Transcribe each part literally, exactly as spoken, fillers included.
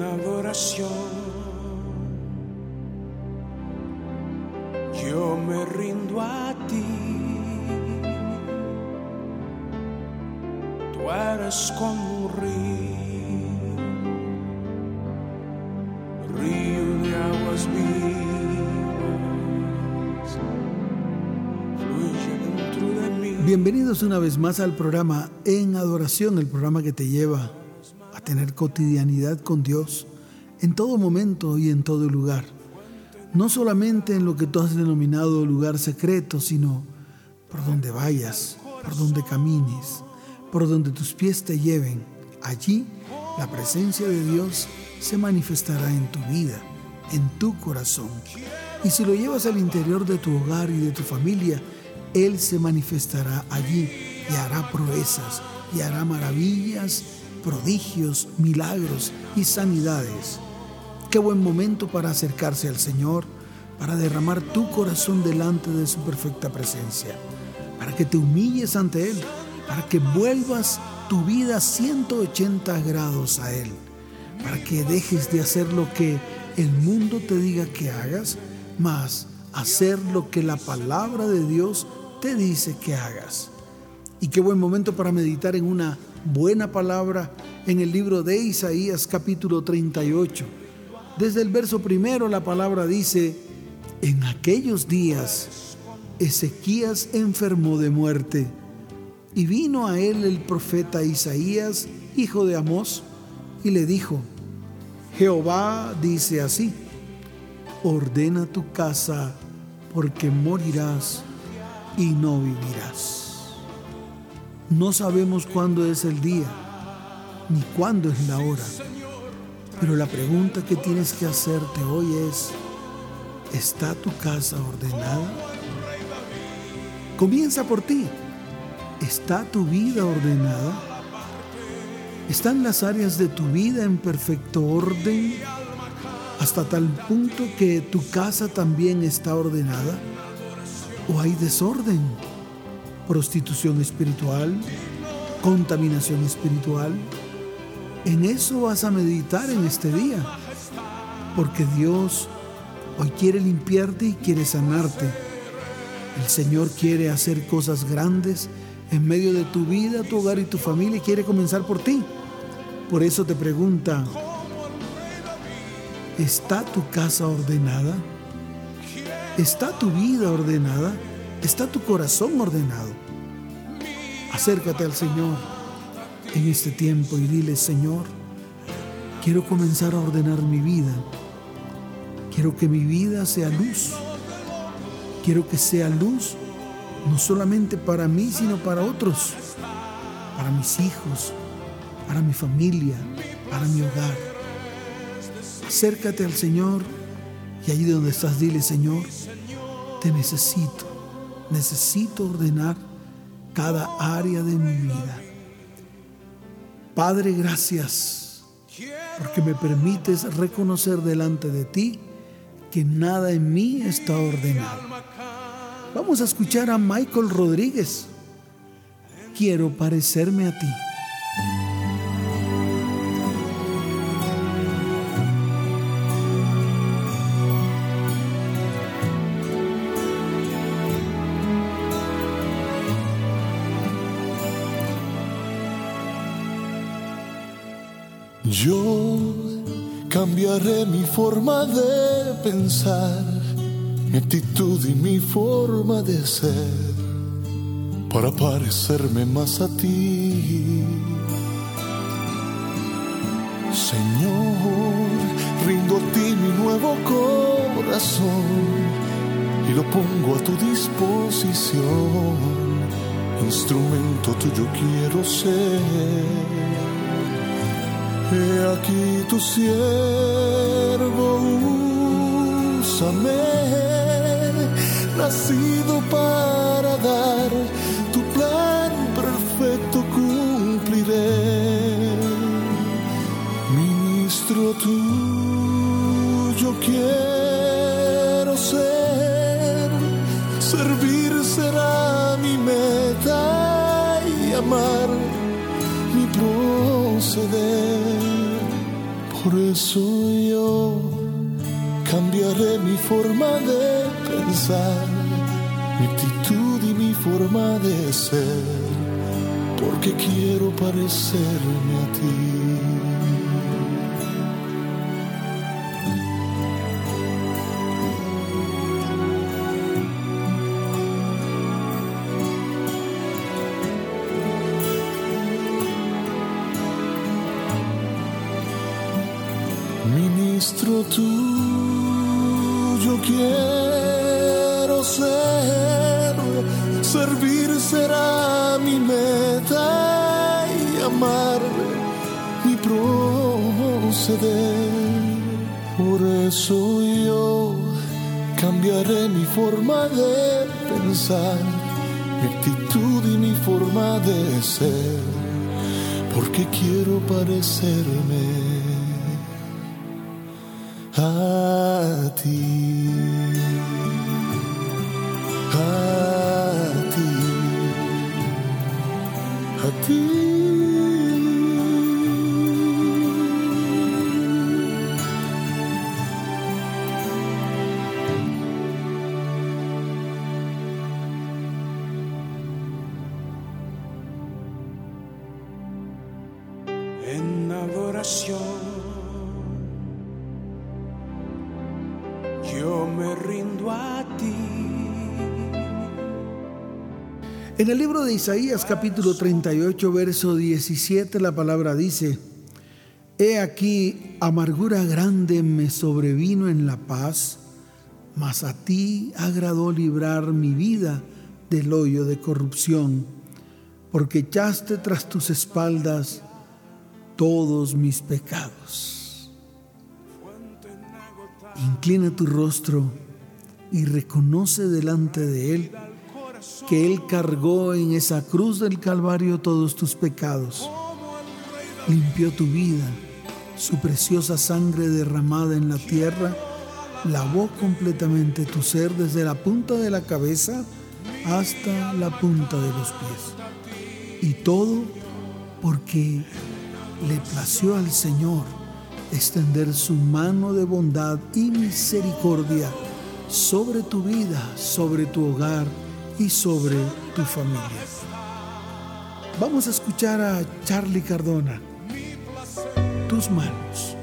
adoración. Yo me rindo a ti. Tú eres como un río, río de aguas vivas, fluye dentro de mí. Bienvenidos una vez más al programa En Adoración, el programa que te lleva a tener cotidianidad con Dios en todo momento y en todo lugar. No solamente en lo que tú has denominado lugar secreto, sino por donde vayas, por donde camines, por donde tus pies te lleven. Allí la presencia de Dios se manifestará en tu vida, en tu corazón. Y si lo llevas al interior de tu hogar y de tu familia, Él se manifestará allí y hará proezas, y hará maravillas, prodigios, milagros y sanidades. Qué buen momento para acercarse al Señor, para derramar tu corazón delante de su perfecta presencia, para que te humilles ante Él, para que vuelvas tu vida ciento ochenta grados a Él, para que dejes de hacer lo que el mundo te diga que hagas, mas hacer lo que la palabra de Dios te dice que hagas. Y qué buen momento para meditar en una buena palabra en el libro de Isaías capítulo treinta y ocho. Desde el verso primero la palabra dice: en aquellos días Ezequías enfermó de muerte, y vino a él el profeta Isaías, hijo de Amós, y le dijo: Jehová dice así: ordena tu casa, porque morirás y no vivirás. No sabemos cuándo es el día, ni cuándo es la hora, pero la pregunta que tienes que hacerte hoy es: ¿está tu casa ordenada? Comienza por ti. ¿Está tu vida ordenada? ¿Están las áreas de tu vida en perfecto orden? Hasta tal punto que tu casa también está ordenada. ¿O hay desorden? Prostitución espiritual, contaminación espiritual. En eso vas a meditar en este día, porque Dios hoy quiere limpiarte y quiere sanarte. El Señor quiere hacer cosas grandes en medio de tu vida, tu hogar y tu familia, y quiere comenzar por ti. Por eso te pregunta: ¿está tu casa ordenada? ¿Está tu vida ordenada? ¿Está tu corazón ordenado? Acércate al Señor en este tiempo y dile: Señor, quiero comenzar a ordenar mi vida. Quiero que mi vida sea luz. Quiero que sea luz no solamente para mí, sino para otros, para mis hijos, para mi familia, para mi hogar. Acércate al Señor y allí donde estás dile: Señor, te necesito. Necesito ordenar cada área de mi vida. Padre, gracias porque me permites reconocer delante de ti que nada en mí está ordenado. Vamos a escuchar a Michael Rodríguez. Quiero parecerme a ti. Yo cambiaré mi forma de pensar, mi actitud y mi forma de ser, para parecerme más a ti. Señor, rindo a ti mi nuevo corazón y lo pongo a tu disposición. Instrumento tuyo quiero ser. He aquí tu siervo, úsame, nacido para dar tu plan perfecto cumpliré. Ministro tuyo quiero ser, servir será mi meta y amar mi proceder. Por eso yo cambiaré mi forma de pensar, mi actitud y mi forma de ser, porque quiero parecerme a ti. Ministro tuyo quiero ser, servir será mi meta y amar mi proceder. Por eso yo cambiaré mi forma de pensar, mi actitud y mi forma de ser, porque quiero parecerme a ti, a ti, a ti. En adoración yo me rindo a ti. En el libro de Isaías capítulo treinta y ocho verso diecisiete la palabra dice: He aquí amargura grande me sobrevino en la paz, mas a ti agradó librar mi vida del hoyo de corrupción, porque echaste tras tus espaldas todos mis pecados. Inclina tu rostro y reconoce delante de Él que Él cargó en esa cruz del Calvario todos tus pecados. Limpió tu vida, su preciosa sangre derramada en la tierra lavó completamente tu ser desde la punta de la cabeza hasta la punta de los pies. Y todo porque le plació al Señor extender su mano de bondad y misericordia sobre tu vida, sobre tu hogar y sobre tu familia. Vamos a escuchar a Charly Cardona, Tus manos.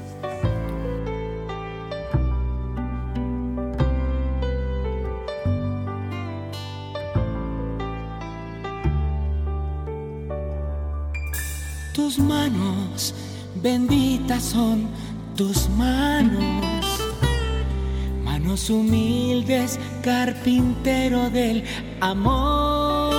Tus manos, benditas son tus manos, manos humildes, carpintero del amor.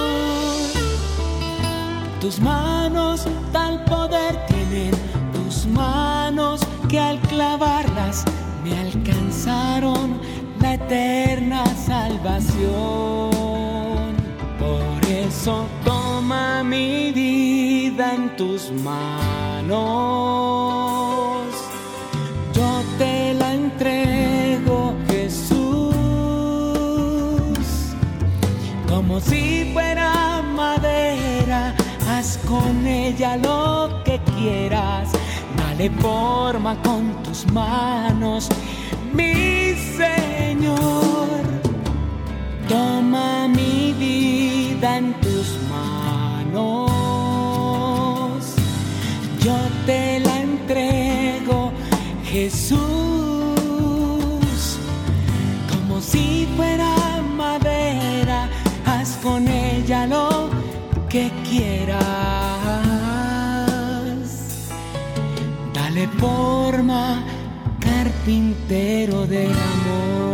Tus manos tal poder tienen, tus manos que al clavarlas me alcanzaron la eterna salvación. Por eso toma mi vida en tus manos, yo te la entrego, Jesús, como si fuera madera, haz con ella lo que quieras, dale forma con tus manos, mi Señor. Toma mi vida en tus manos, yo te la entrego, Jesús, como si fuera madera, haz con ella lo que quieras, dale forma, carpintero del amor.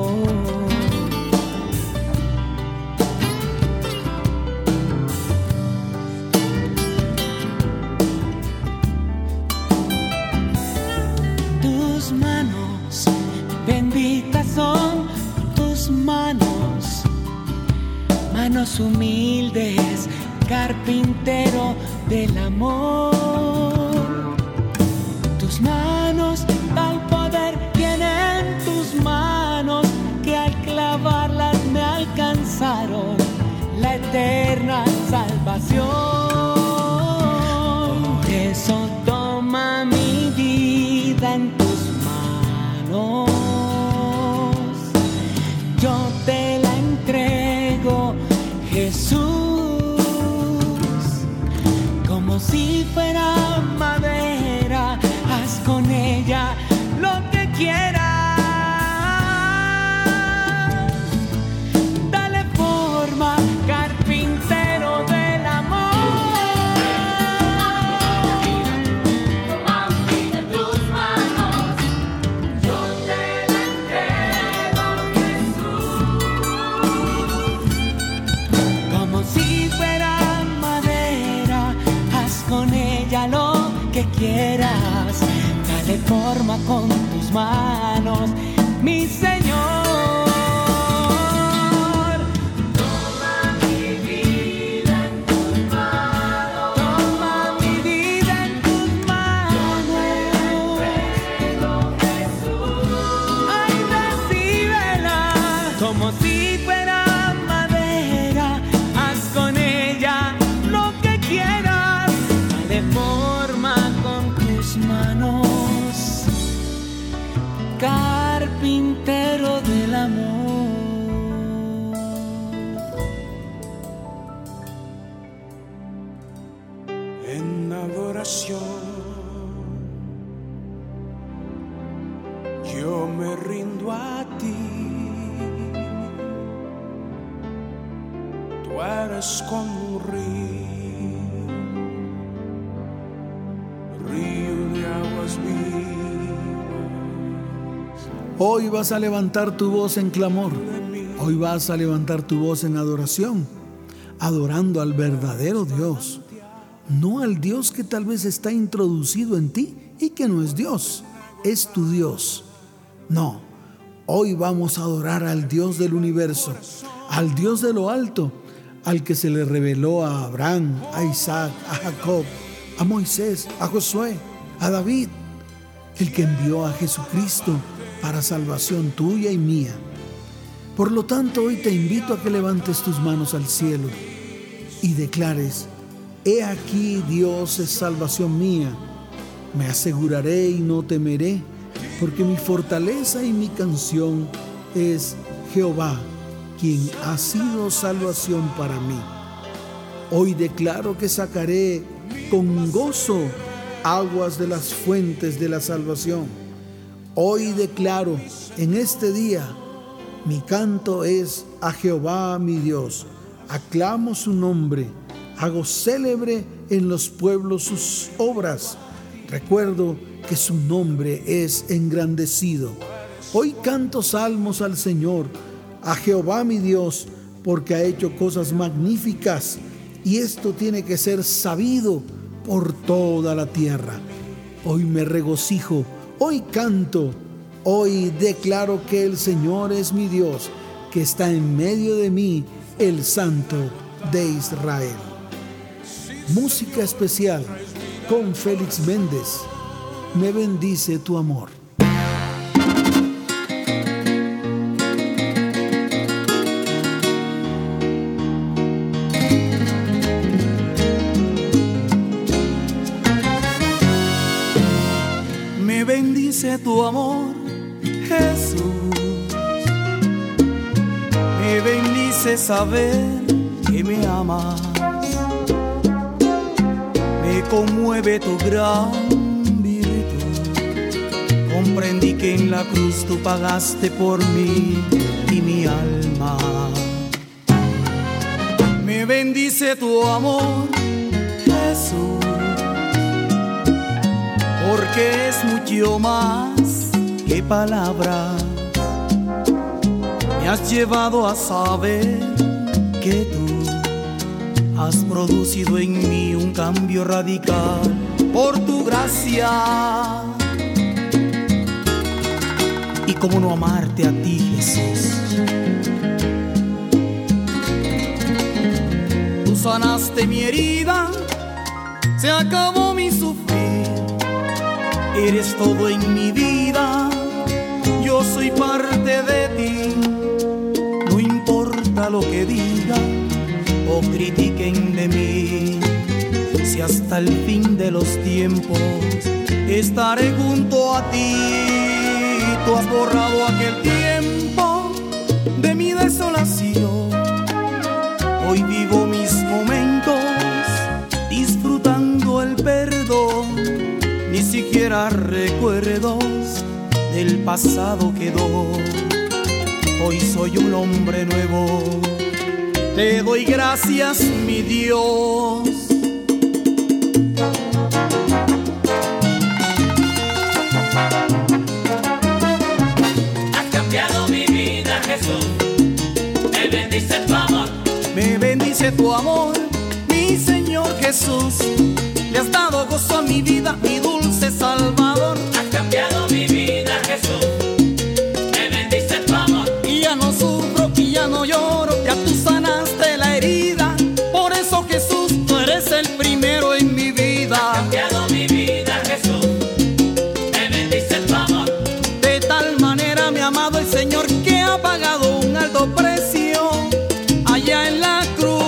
Tus manos, benditas son tus manos, manos humildes, carpintero del amor. Tus manos, tal poder tienen tus manos, que al clavarlas me alcanzaron la eterna salvación. Por eso toma mi vida Jesús, como si fuera madera, haz con ella lo que quieras. Dale forma, carpintero del amor. Toma mi vida en tus manos, yo te la entrego, Jesús. Como si fuera madera, haz con ella lo que quieras. Dale forma con tus manos, mi Señor. Toma mi vida en tus manos. Toma mi vida en tus manos. Yo te entrego, Jesús. Ay, recíbela. Como si fuera madera, haz con ella lo que quieras. Dale forma con tus manos, carpintero del amor. En adoración yo me rindo a ti. Tú eres como un río, río de aguas vivas. Hoy vas a levantar tu voz en clamor. Hoy vas a levantar tu voz en adoración, adorando al verdadero Dios, no al Dios que tal vez está introducido en ti y que no es Dios, es tu Dios. No, hoy vamos a adorar al Dios del universo, al Dios de lo alto, al que se le reveló a Abraham, a Isaac, a Jacob, a Moisés, a Josué, a David, el que envió a Jesucristo para salvación tuya y mía. Por lo tanto, hoy te invito a que levantes tus manos al cielo y declares: he aquí, Dios es salvación mía. Me aseguraré y no temeré, porque mi fortaleza y mi canción es Jehová, quien ha sido salvación para mí. Hoy declaro que sacaré con gozo aguas de las fuentes de la salvación. Hoy declaro en este día, mi canto es a Jehová mi Dios. Aclamo su nombre, hago célebre en los pueblos sus obras. Recuerdo que su nombre es engrandecido. Hoy canto salmos al Señor, a Jehová mi Dios, porque ha hecho cosas magníficas, y esto tiene que ser sabido por toda la tierra. Hoy me regocijo, hoy canto, hoy declaro que el Señor es mi Dios, que está en medio de mí, el Santo de Israel. Música especial con Félix Méndez. Me bendice tu amor. Me bendice tu amor, Jesús. Me bendice saber que me amas. Me conmueve tu gran virtud. Comprendí que en la cruz tú pagaste por mí y mi alma. Me bendice tu amor, Jesús, porque es mucho más que palabras. Me has llevado a saber que tú has producido en mí un cambio radical por tu gracia. Y cómo no amarte a ti, Jesús. Tú sanaste mi herida, se acabó mi sufrir. Eres todo en mi vida, yo soy parte de ti. No importa lo que digan o critiquen de mí, si hasta el fin de los tiempos estaré junto a ti. Tú has borrado aquel tiempo de mi desolación, hoy vivo mis momentos disfrutando el perdón, ni siquiera recuerdos del pasado quedó. Hoy soy un hombre nuevo, te doy gracias, mi Dios. Has cambiado mi vida, Jesús, me bendice tu amor. Me bendice tu amor, mi Señor Jesús. Le has dado gozo a mi vida, mi dulce Salvador. Has cambiado mi vida, Jesús, me bendice tu amor. Y ya no sufro, y ya no lloro, ya tú sanaste la herida. Por eso, Jesús, tú eres el primero en mi vida. Has cambiado mi vida, Jesús, me bendice tu amor. De tal manera me ha amado el Señor que ha pagado un alto precio allá en la cruz.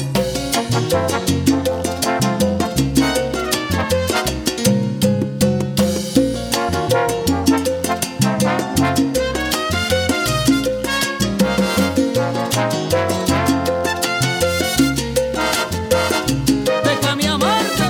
Déjame amarte.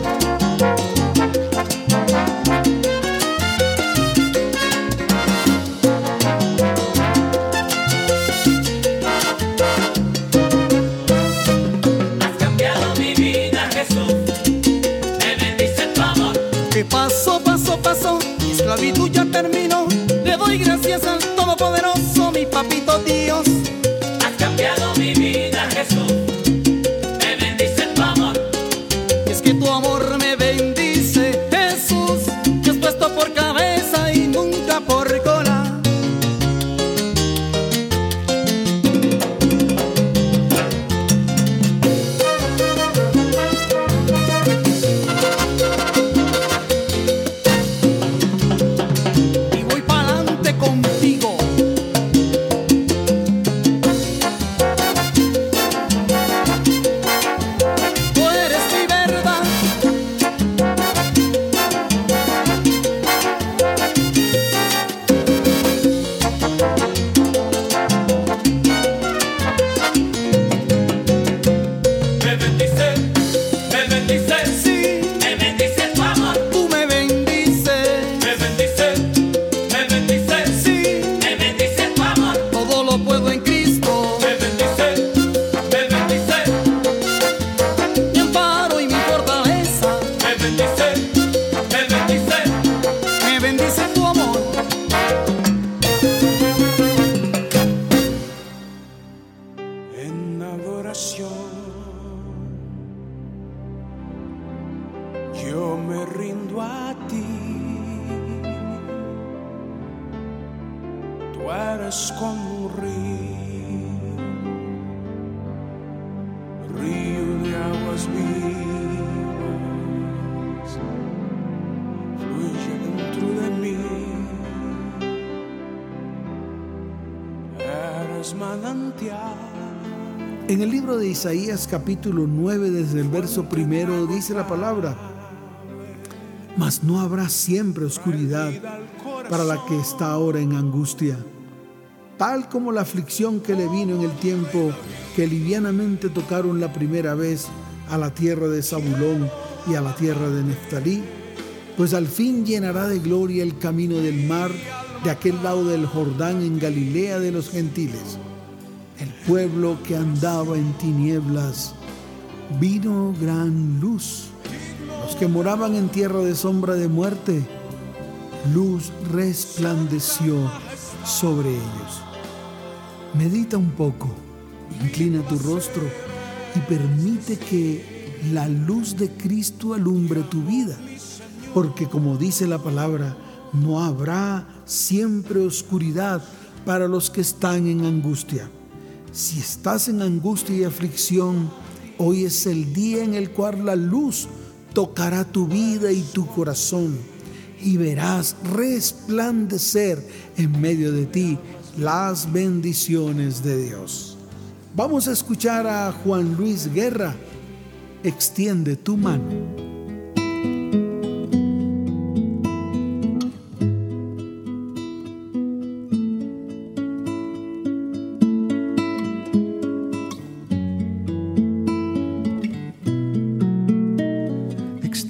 Has cambiado mi vida, Jesús, me bendice tu amor. Que paso, paso, paso, mi esclavitud ya terminó. Le doy gracias al Todopoderoso, mi papito Dios. Has cambiado mi vida, Jesús, me bendice tu amor. Y es que tu amor me bendice, Jesús, que has puesto por cabeza y nunca por cola. Y voy pa'lante contigo. Tú eres mi verdad. Me bendice, me bendice, Sí, me bendice tu amor. tú me bendices. Me bendice, me bendice, Sí, me bendice tu amor. todo lo puedo en Cristo. Me bendice, me bendice, Mi amparo y mi fortaleza. me bendice, me bendice. Me bendice tu amor. En adoración yo me rindo a ti. Tú eres como un río, río de aguas vivas, fluye dentro de mí. Eres manantial. En el libro de Isaías capítulo nueve, desde el verso primero, dice la palabra: mas no habrá siempre oscuridad para la que está ahora en angustia, tal como la aflicción que le vino en el tiempo que livianamente tocaron la primera vez a la tierra de Zabulón y a la tierra de Neftalí, pues al fin llenará de gloria el camino del mar de aquel lado del Jordán en Galilea de los gentiles. El pueblo que andaba en tinieblas vino gran luz. Los que moraban en tierra de sombra de muerte, luz resplandeció sobre ellos. Medita un poco, inclina tu rostro y permite que la luz de Cristo alumbre tu vida, porque como dice la palabra, no habrá siempre oscuridad para los que están en angustia. Si estás en angustia y aflicción, hoy es el día en el cual la luz tocará tu vida y tu corazón y verás resplandecer en medio de ti las bendiciones de Dios. Vamos a escuchar a Juan Luis Guerra, Extiende tu mano.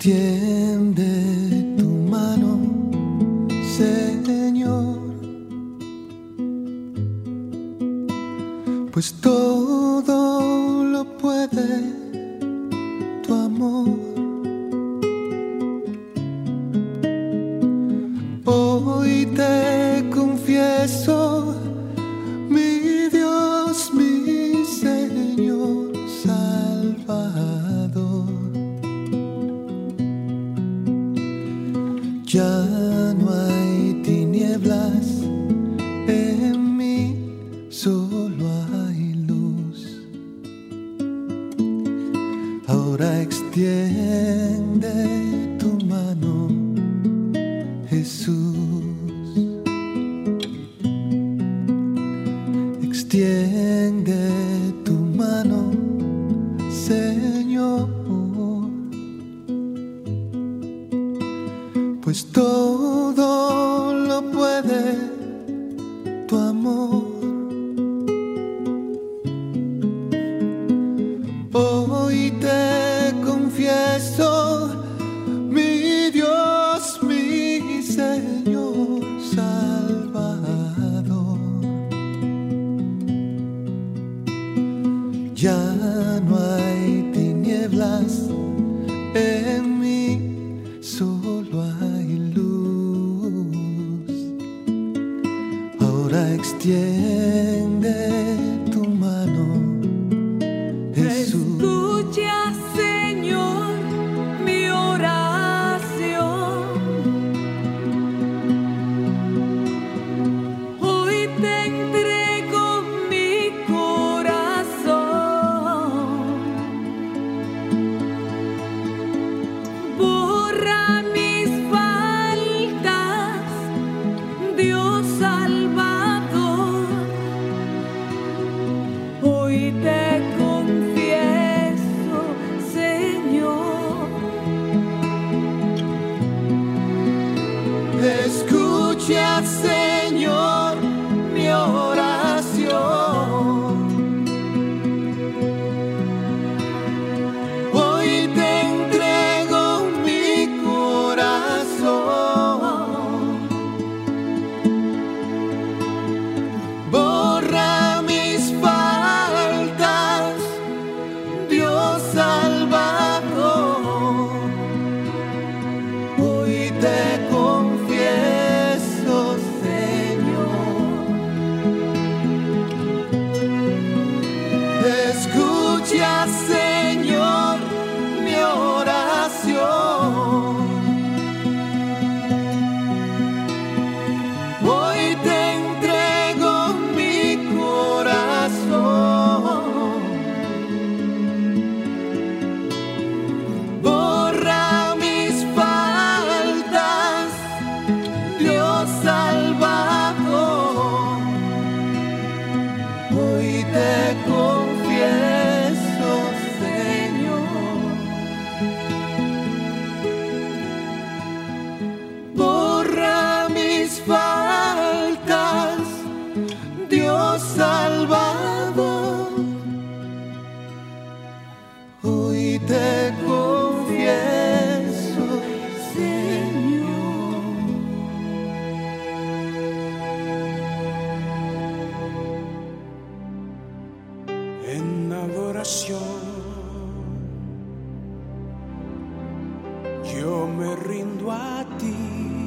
Extiende tu mano, Señor, pues todo lo puede tu amor. Hoy te confieso, mi Dios, mi Señor Salvador. Ya no hay tinieblas en mí, solo hay luz. Ahora extiende tu mano, Jesús. Extiende tu mano, Señor, pues todo lo puede tu amor. Hoy te confieso, mi Dios, mi Señor Salvador. Ya no hay tinieblas en mí, solo hay luz. Ahora extiende tu mano, Jesús. Escucha, Señor, mi oración. Hoy te entrego mi corazón. Borra mis faltas, Dios Salvador. Hoy te confieso, Señor. Escucha, Señor, mi oración. Hoy te entrego mi corazón. Borra mis faltas, Dios Salvador. Hoy te confieso, Señor. Escucha, Señor, mi oración. Hoy te entrego mi corazón. Borra mis faltas, Dios Salvador. Hoy te confieso, Señor. Borra mis faltas, Dios Salvador. Hoy te confieso, Señor. En adoración yo me rindo a ti.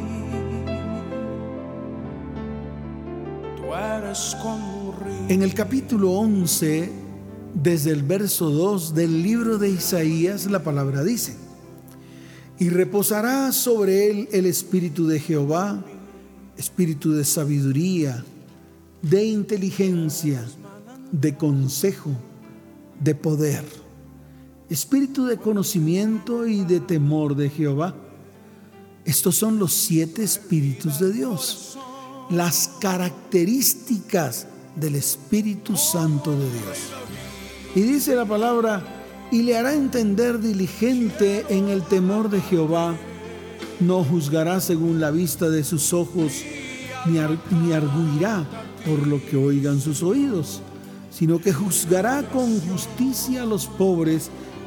Tú eres como un río. En el capítulo once, desde el verso dos del libro de Isaías, la palabra dice: y reposará sobre él el espíritu de Jehová, espíritu de sabiduría, de inteligencia, de consejo, de poder, espíritu de conocimiento y de temor de Jehová. Estos son los siete espíritus de Dios, las características del Espíritu Santo de Dios. Y dice la palabra: y le hará entender diligente en el temor de Jehová, no juzgará según la vista de sus ojos, ni, ar- ni arguirá por lo que oigan sus oídos, sino que juzgará con justicia a los pobres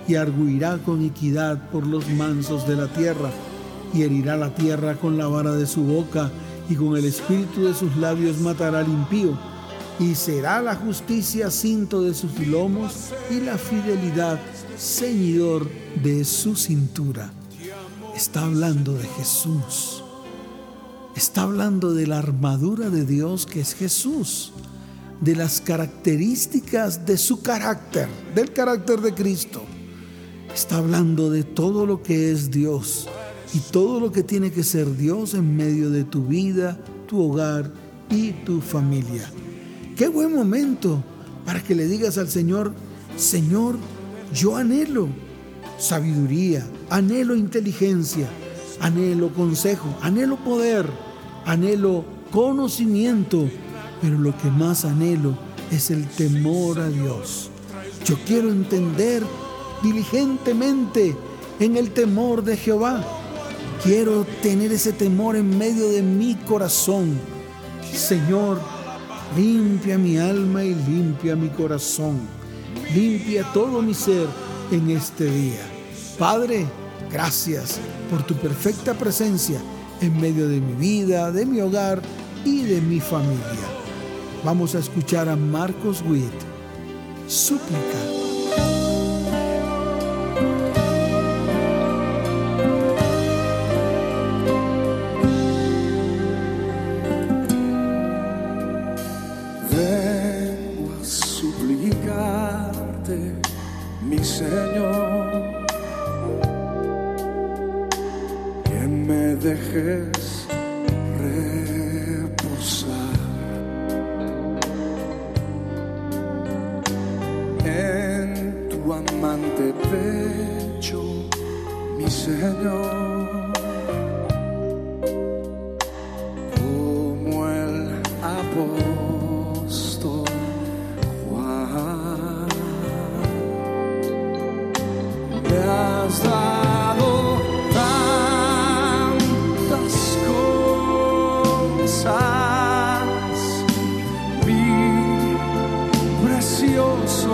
y arguirá con equidad por los mansos de la tierra, y herirá la tierra con la vara de su boca, y con el espíritu de sus labios matará al impío, y será la justicia cinto de sus lomos, y la fidelidad ceñidor de su cintura. Está hablando de Jesús. Está hablando de la armadura de Dios que es Jesús, de las características de su carácter, del carácter de Cristo. Está hablando de todo lo que es Dios y todo lo que tiene que ser Dios en medio de tu vida, tu hogar y tu familia. Qué buen momento para que le digas al Señor: Señor, yo anhelo sabiduría, anhelo inteligencia, anhelo consejo, anhelo poder, anhelo conocimiento, pero lo que más anhelo es el temor a Dios. Yo quiero entender diligentemente en el temor de Jehová. Quiero tener ese temor en medio de mi corazón. Señor, limpia mi alma y limpia mi corazón. Limpia todo mi ser en este día. Padre, gracias por tu perfecta presencia en medio de mi vida, de mi hogar y de mi familia. Vamos a escuchar a Marcos Witt, Súplica. Vengo a suplicarte, mi Señor, que me dejes reposar en tu amante pecho, mi Señor, como el apóstol Juan. Me has dado tantas cosas, mi precioso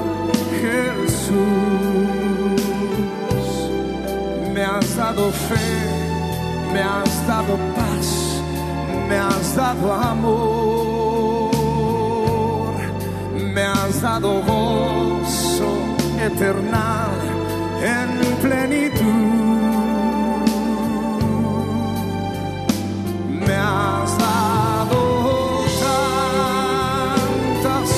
Jesús. Me has dado fe, me has dado paz, me has dado amor, me has dado gozo eternal en plenitud. Me has dado tantas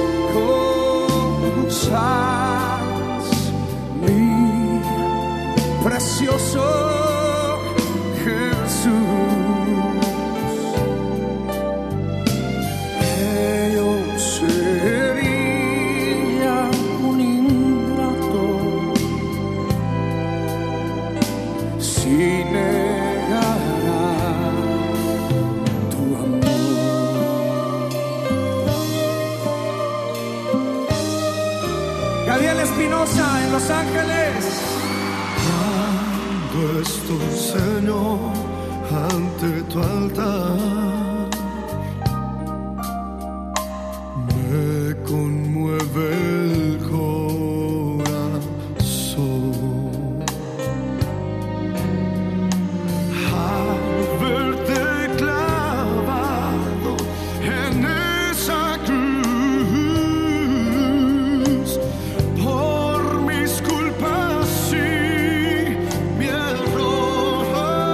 cosas, mi precioso Jesús, que yo sería un ingrato si negara tu amor. Gabriel Espinosa en Los Ángeles. Cuando estoy, Señor, ante tu altar, me conmueve el corazón al verte clavado en esa cruz por mis culpas y mi error.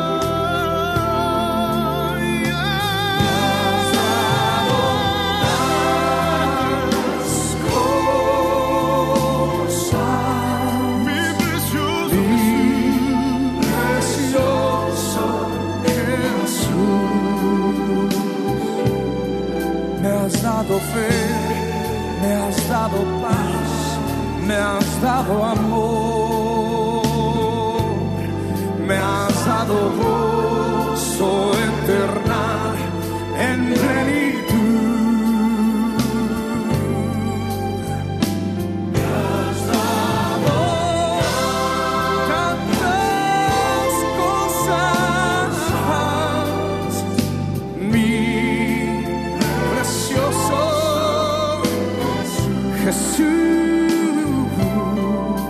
Mi precioso Jesús, me has dado fe, me has dado paz, me has dado amor, me has dado gozo eternal en plenitud. Me has dado tantas cosas, mi precioso Jesús.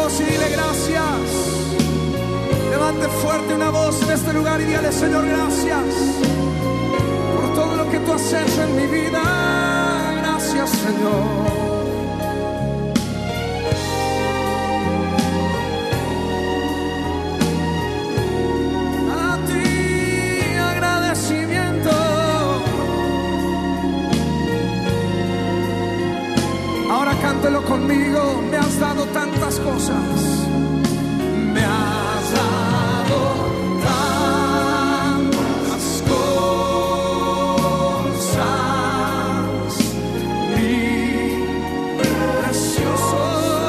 voz y dile gracias. Levante fuerte una voz en este lugar y dile: Señor, gracias por todo lo que tú has hecho en mi vida. Gracias, Señor. Cántelo conmigo. Me has dado tantas cosas. Me has dado tantas cosas. Mi precioso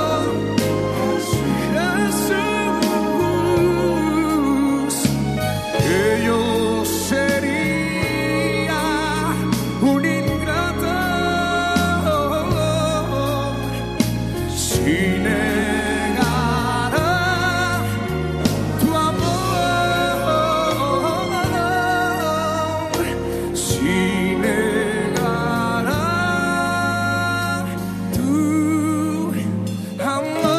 Jesús, que yo sería un ingrato y negará tu amor, si negará tu amor.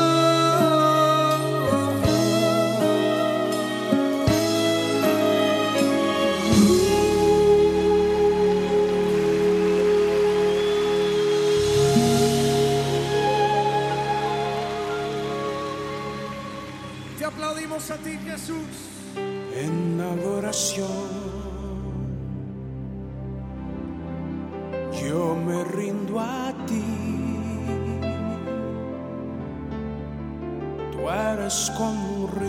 Te aplaudimos a ti, Jesús. En adoración yo me rindo a ti. Tú eres como un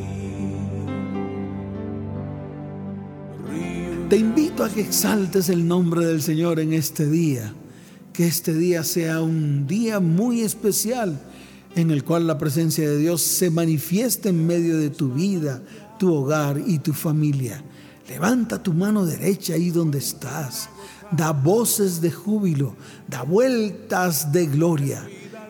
río, río. Te invito a que exaltes el nombre del Señor en este día. Que este día sea un día muy especial, en el cual la presencia de Dios se manifiesta en medio de tu vida, tu hogar y tu familia. Levanta tu mano derecha ahí donde estás. Da voces de júbilo, da vueltas de gloria.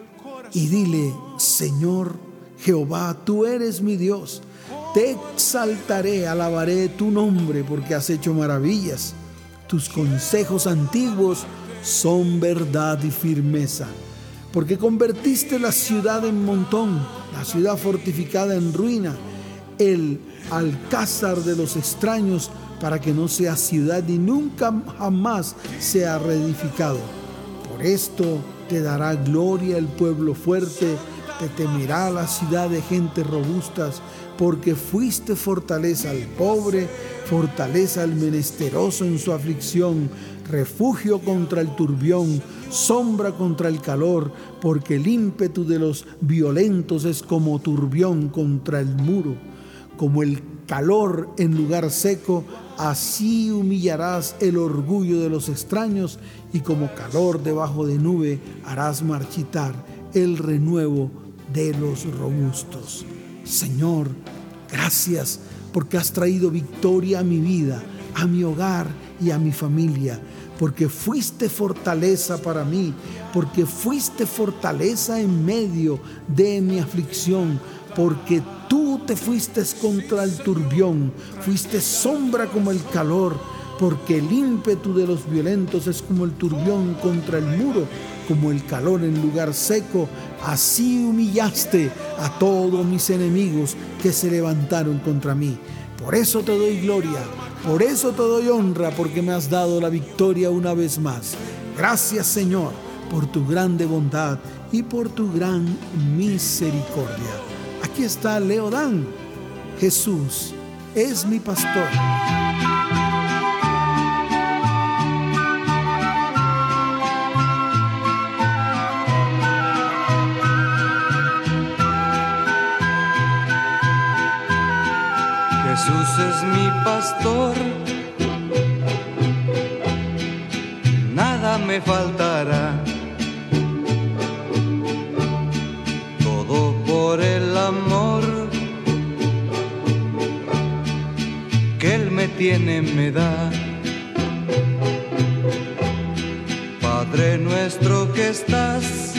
Y dile: Señor Jehová, tú eres mi Dios. Te exaltaré, alabaré tu nombre, porque has hecho maravillas. Tus consejos antiguos son verdad y firmeza. Porque convertiste la ciudad en montón, la ciudad fortificada en ruina, el alcázar de los extraños, para que no sea ciudad y nunca jamás sea reedificado. Por esto te dará gloria el pueblo fuerte, te temerá la ciudad de gentes robustas, porque fuiste fortaleza al pobre, fortaleza al menesteroso en su aflicción, refugio contra el turbión, sombra contra el calor, porque el ímpetu de los violentos es como turbión contra el muro. Como el calor en lugar seco, así humillarás el orgullo de los extraños, y como calor debajo de nube harás marchitar el renuevo de los robustos. Señor, gracias porque has traído victoria a mi vida, a mi hogar y a mi familia, porque fuiste fortaleza para mí, porque fuiste fortaleza en medio de mi aflicción, porque tú te fuiste contra el turbión, fuiste sombra como el calor, porque el ímpetu de los violentos es como el turbión contra el muro, como el calor en lugar seco. Así humillaste a todos mis enemigos que se levantaron contra mí. Por eso te doy gloria, por eso te doy honra, porque me has dado la victoria una vez más. Gracias, Señor, por tu grande bondad y por tu gran misericordia. Aquí está Leodán. Jesús es mi pastor. Jesús es mi pastor, nada me faltará. Todo por el amor que Él me tiene, me da. Padre nuestro que estás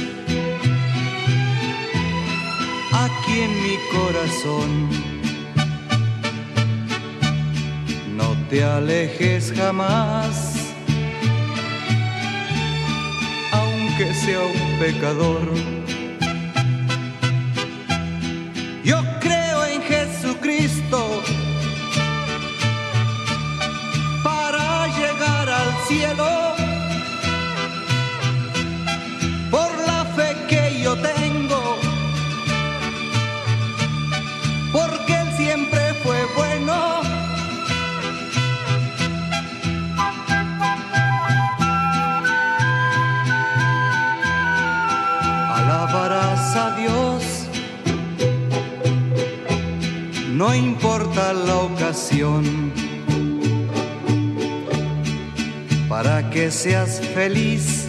aquí en mi corazón, no te alejes jamás, aunque sea un pecador. Yo creo en Jesucristo para llegar al cielo. Por la fe que yo tengo, porque Él siempre fue bueno. Alabarás a Dios, no importa la ocasión, para que seas feliz,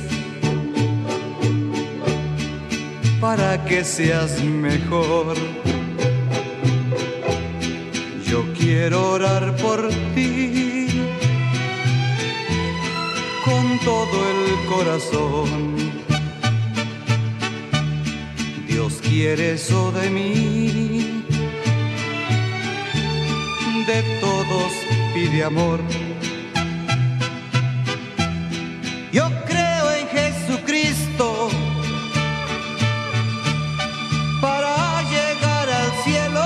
para que seas mejor. Yo quiero orar por ti con todo el corazón. Dios quiere eso de mí, de todos pide amor. Yo creo en Jesucristo para llegar al cielo.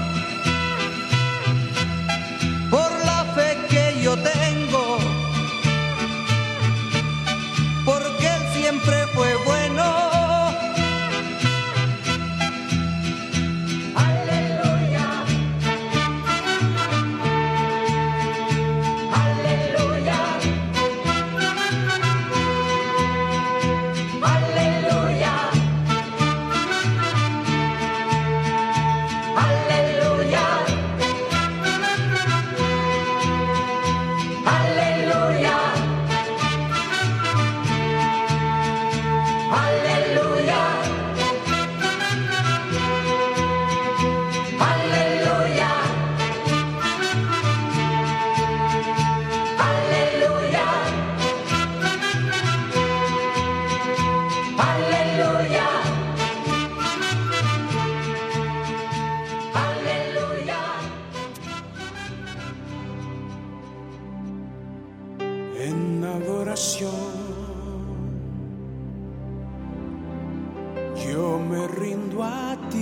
Por la fe que yo tengo, porque Él siempre fue bueno. En adoración yo me rindo a ti.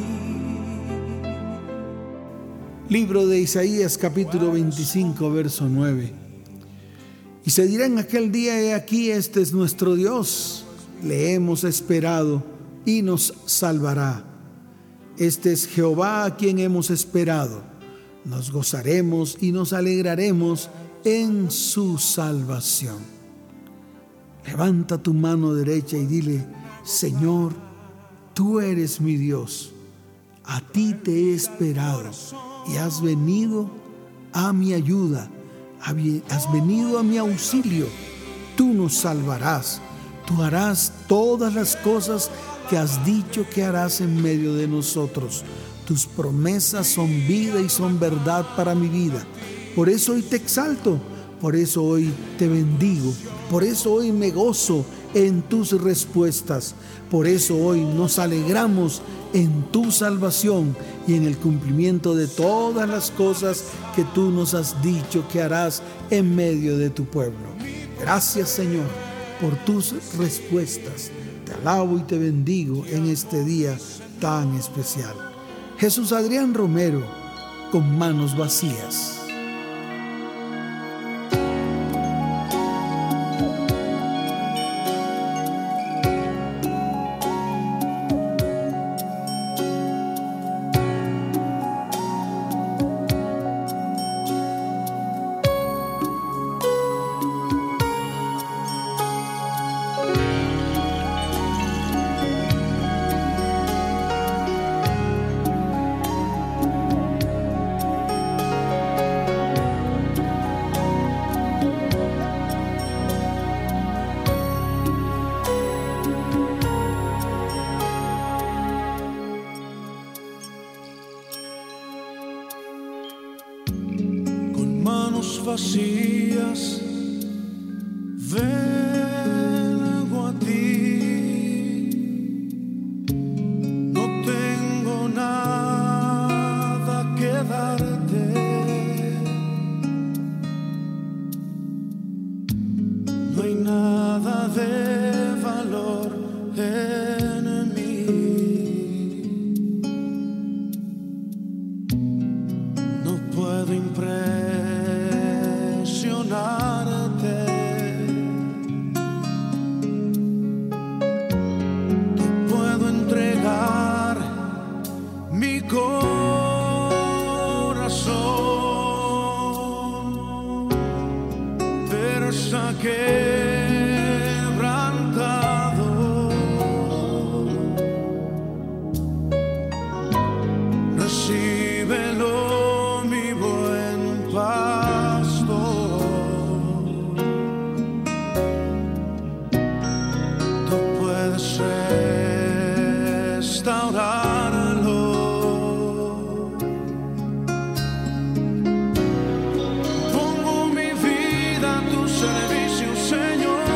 Libro de Isaías capítulo veinticinco, verso nueve. Y se dirá en aquel día: he aquí, este es nuestro Dios, le hemos esperado y nos salvará. Este es Jehová a quien hemos esperado, nos gozaremos y nos alegraremos en su salvación. Levanta tu mano derecha y dile: Señor, tú eres mi Dios, a ti te he esperado y has venido a mi ayuda, has venido a mi auxilio. Tú nos salvarás, tú harás todas las cosas que has dicho que harás en medio de nosotros. Tus promesas son vida y son verdad para mi vida. Por eso hoy te exalto, por eso hoy te bendigo, por eso hoy me gozo en tus respuestas, por eso hoy nos alegramos en tu salvación y en el cumplimiento de todas las cosas que tú nos has dicho que harás en medio de tu pueblo. Gracias, Señor, por tus respuestas. Te alabo y te bendigo en este día tan especial. Jesús Adrián Romero, con manos vacías. Vacías, vengo a ti, no tengo nada que darte, no hay nada de valor en mí, quebrantado. Recíbelo, mi buen pastor. Tú puedes restaurarlo. Pongo mi vida a tu servicio, Señor.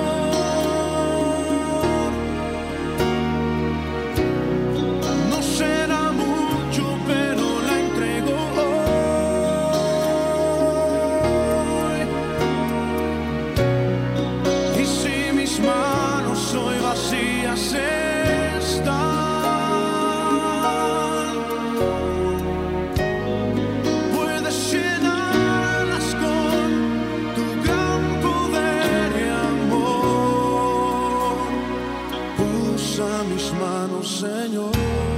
No será mucho, pero la entrego hoy. Y si mis manos hoy vacías están, puedes llenarlas con tu gran poder y amor. Usa mis manos, Señor.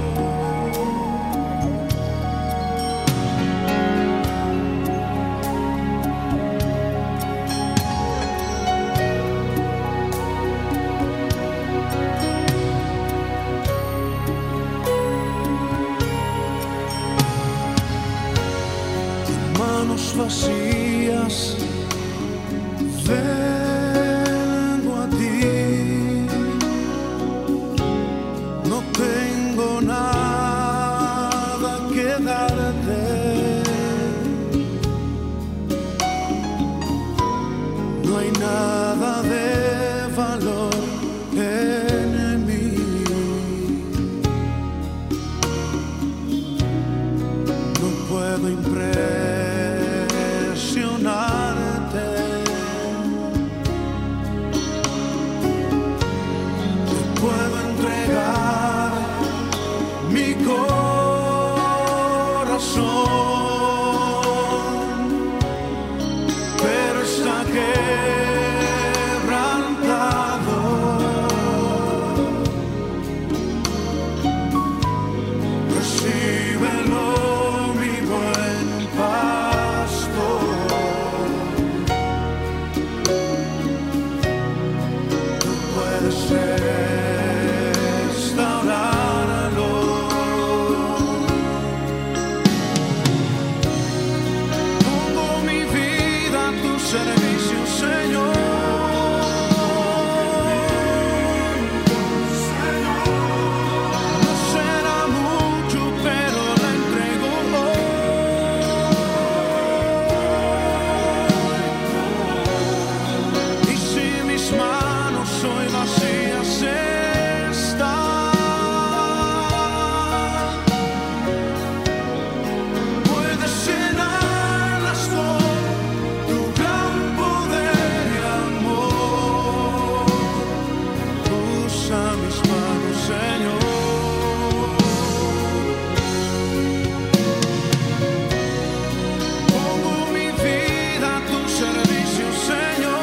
Manos vacías, vengo a ti. No tengo nada que darte. No hay nada de valor en mí. No puedo impresionarte. Te puedo entregar mi corazón, pero está quebrantado. Recíbelo, mi buen pastor. Tú puedes restaurarlo. Pongo mi vida a tu servicio, Señor. No será mucho, pero la entrego hoy. Y si mis manos hoy vacías están, puedes llenarlas con tu gran poder y amor. Usa mis manos, Señor. Pongo mi vida a tu servicio, Señor.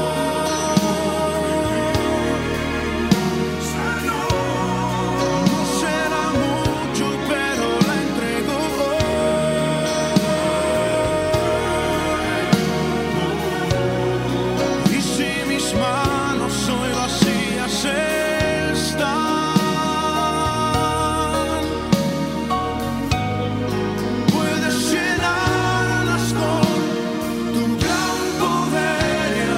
No será mucho, pero la entrego hoy. Y si mis manos hoy vacías están, puedes llenarlas con tu gran poder y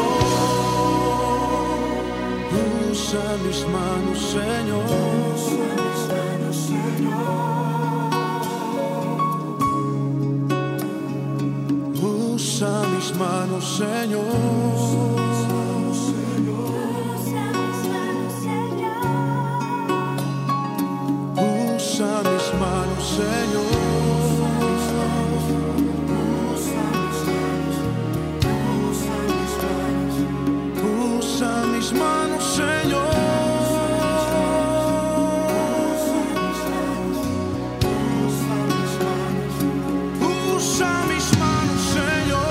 amor. Usa mis manos, Señor. Usa mis manos, Señor. Usa mis manos, Señor. Usa mis manos, Señor. Usa mis manos, Señor.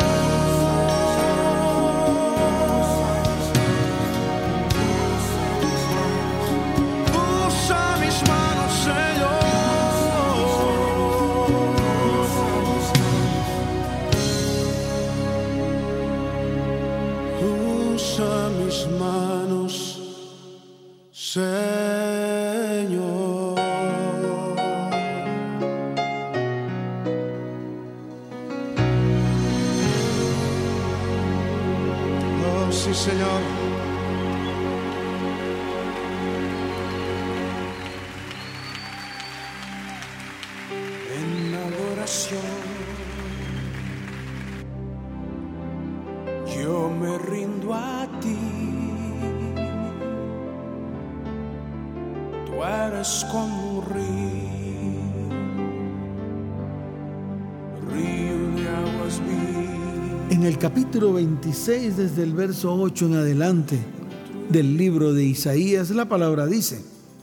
usa mis manos, Señor. Oh, sí, Señor. En adoración yo me rindo a ti. Tú eres como un río, río de aguas vivas. En el capítulo veintiséis, desde el verso ocho en adelante del libro de Isaías, la palabra dice: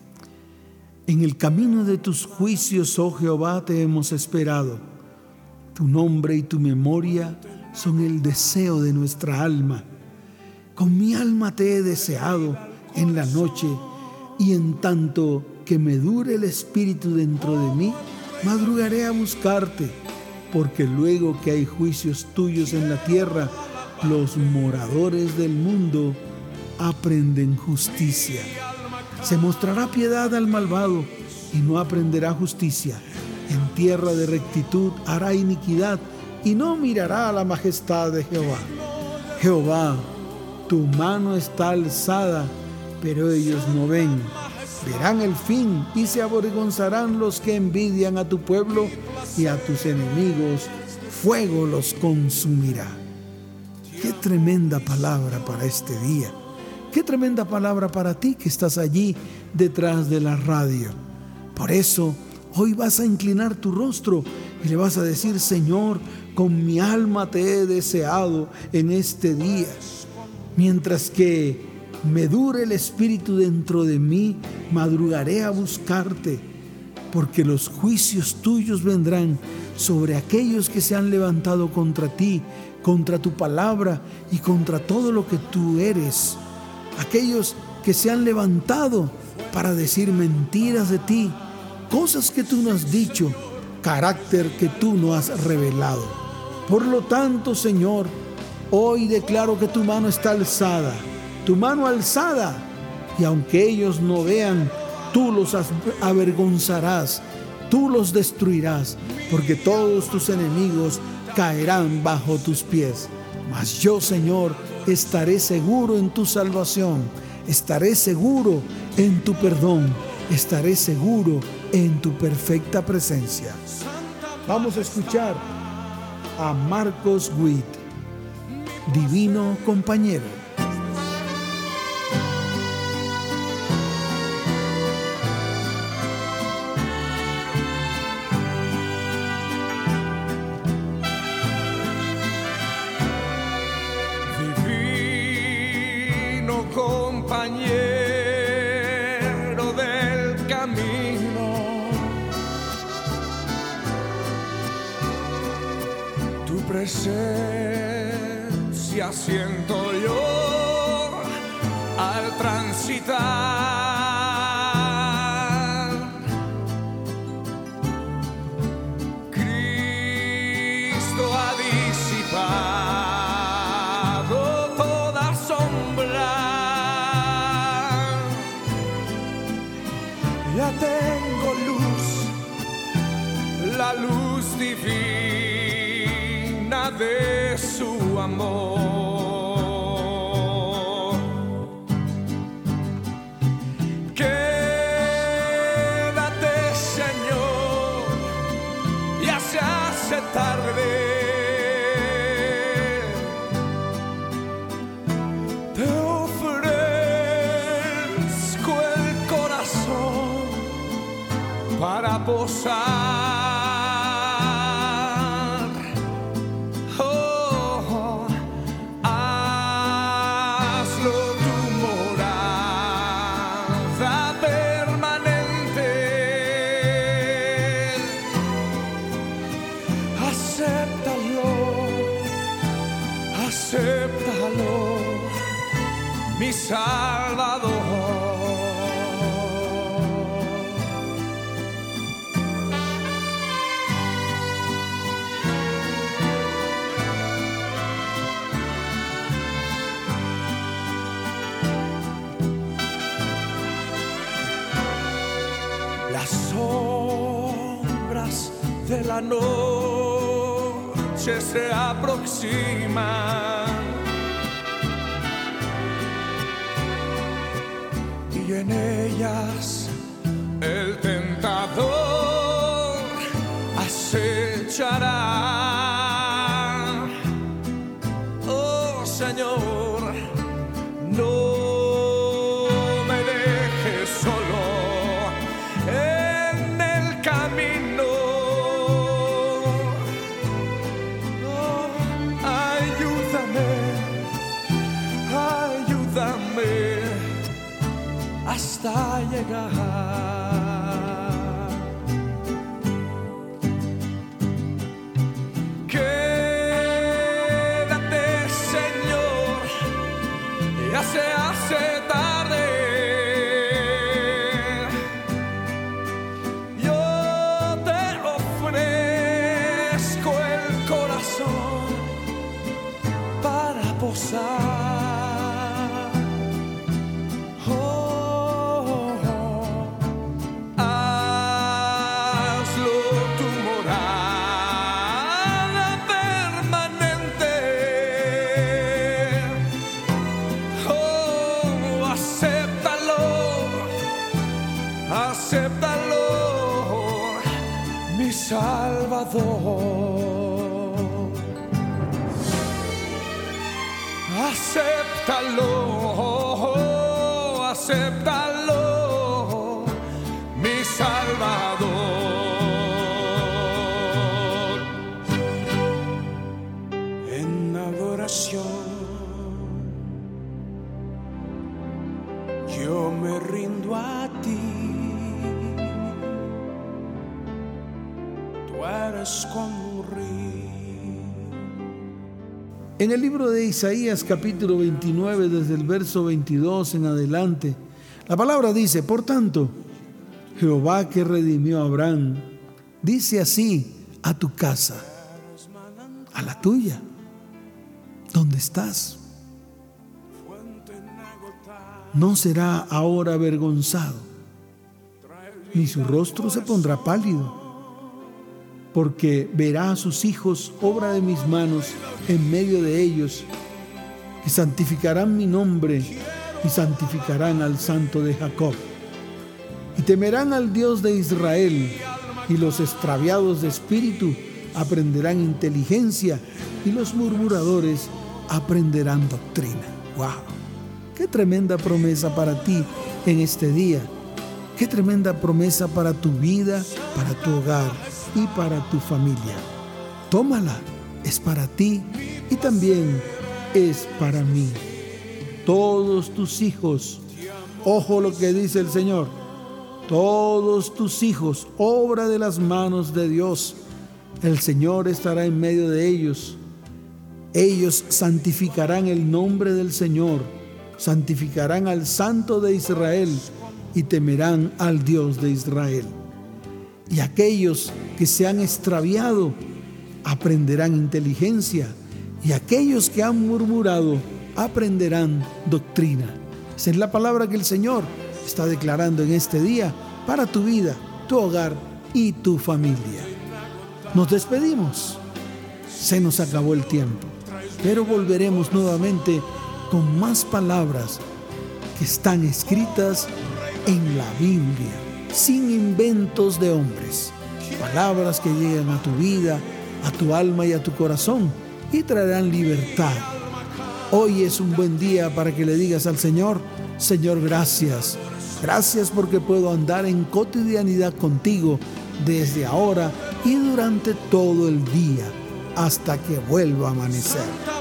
en el camino de tus juicios, oh Jehová, te hemos esperado. Tu nombre y tu memoria son el deseo de nuestra alma. Con mi alma te he deseado en la noche, y en tanto que me dure el espíritu dentro de mí, madrugaré a buscarte, porque luego que hay juicios tuyos en la tierra, los moradores del mundo aprenden justicia. Se mostrará piedad al malvado y no aprenderá justicia. En tierra de rectitud hará iniquidad y no mirará a la majestad de Jehová. Jehová, tu mano está alzada, pero ellos no ven. Verán el fin y se avergonzarán los que envidian a tu pueblo, y a tus enemigos fuego los consumirá. Qué tremenda palabra para este día. Qué tremenda palabra para ti que estás allí detrás de la radio. Por eso, hoy vas a inclinar tu rostro y le vas a decir: Señor, con mi alma te he deseado en este día. Mientras que me dure el espíritu dentro de mí, madrugaré a buscarte, porque los juicios tuyos vendrán sobre aquellos que se han levantado contra ti, contra tu palabra y contra todo lo que tú eres. Aquellos que se han levantado para decir mentiras de ti, cosas que tú no has dicho, carácter que tú no has revelado. Por lo tanto, Señor, hoy declaro que tu mano está alzada, tu mano alzada, y aunque ellos no vean, tú los avergonzarás, tú los destruirás, porque todos tus enemigos caerán bajo tus pies. Mas yo, Señor, estaré seguro en tu salvación, estaré seguro en tu perdón, estaré seguro en tu perfecta presencia. Vamos a escuchar a Marcos Witt, Divino Compañero. Compañero del camino, tu presencia siento yo al transitar. Cristo ha disipado toda sombra. Ya tengo luz, la luz divina de su amor. Quédate, Señor, ya se hace tarde. Te ofrezco el corazón para posar. Oh, hazlo tu morada permanente. Acéptalo, acéptalo, mi Salvador. noche se aproxima y en ellas el tentador acechará. Oh Señor, no me dejes solo en el camino. Oh, ayúdame, ayúdame hasta llegar. Se hace tarde, yo te ofrezco el corazón para posar. Oh, hazlo tu morada permanente. Acéptalo, mi Salvador. Acéptalo, acéptalo, mi Salvador. En adoración yo me rindo a ti. En el libro de Isaías capítulo veintinueve, desde el verso veintidós en adelante, la palabra dice: por tanto, Jehová que redimió a Abraham, dice así a tu casa, a la tuya, ¿dónde estás? No será ahora avergonzado, ni su rostro se pondrá pálido, porque verá a sus hijos, obra de mis manos, en medio de ellos, que santificarán mi nombre y santificarán al Santo de Jacob. Y temerán al Dios de Israel, y los extraviados de espíritu aprenderán inteligencia, y los murmuradores aprenderán doctrina. ¡Wow! ¡Qué tremenda promesa para ti en este día! ¡Qué tremenda promesa para tu vida, para tu hogar y para tu familia! Tómala, es para ti y también es para mí. Todos tus hijos, ojo lo que dice el Señor, todos tus hijos, obra de las manos de Dios, el Señor estará en medio de ellos. Ellos santificarán el nombre del Señor, santificarán al Santo de Israel y temerán al Dios de Israel. Y aquellos que se han extraviado aprenderán inteligencia, y aquellos que han murmurado aprenderán doctrina. Esa es la palabra que el Señor está declarando en este día para tu vida, tu hogar y tu familia. Nos despedimos. Se nos acabó el tiempo, pero volveremos nuevamente con más palabras que están escritas en la Biblia, sin inventos de hombres. Palabras que llegan a tu vida, a tu alma y a tu corazón y traerán libertad. Hoy es un buen día para que le digas al Señor: Señor, gracias. Gracias porque puedo andar en cotidianidad contigo desde ahora y durante todo el día hasta que vuelva a amanecer.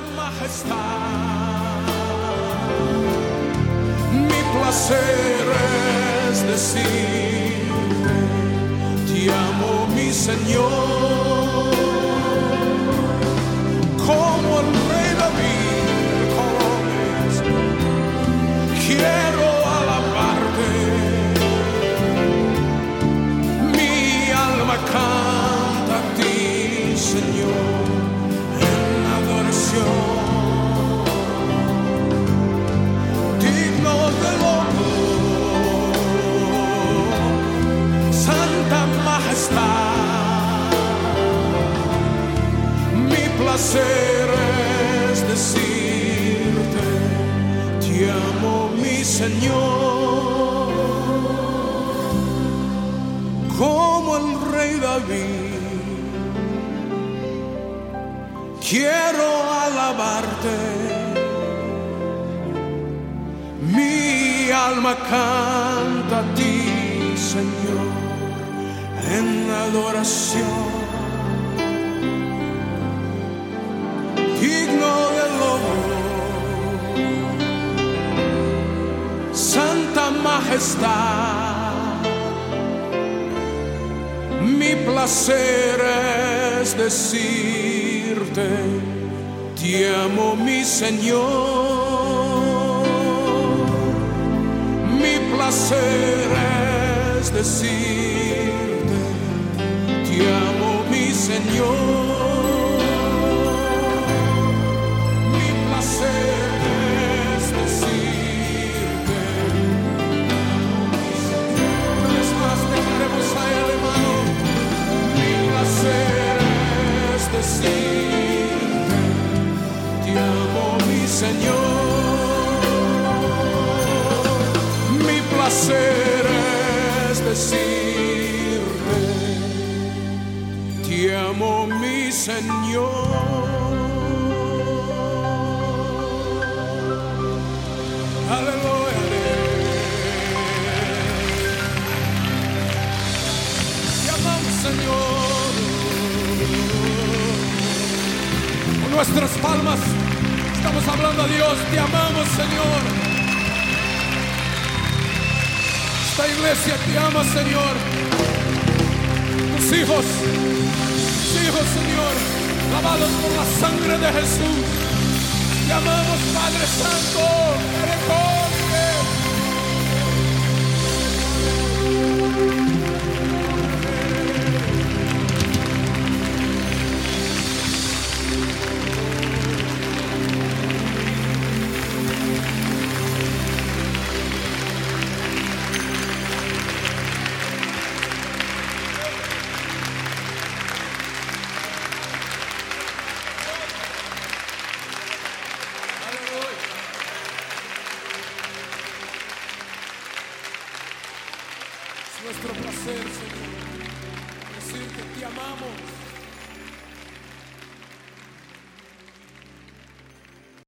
Mi placer es decir, te amo, mi Señor, como el rey David, como es, quiero alabarte. Mi alma canta a ti, Señor, en adoración. Santa Majestad, placer es decirte, te amo mi Señor, como el rey David. Quiero alabarte, mi alma canta a ti, Señor, en adoración. Digno de loor, santa majestad, mi placer es decirte, te amo mi Señor, mi placer es decirte, te amo mi Señor. Decirte, te amo mi Señor, mi placer es decirte, te amo mi Señor. Aleluya. Te amamos, Señor. Nuestras palmas, estamos hablando a Dios, te amamos, Señor. Esta iglesia te ama, Señor. Tus hijos, tus hijos, Señor, lavados por la sangre de Jesús. Te amamos, Padre Santo. Eres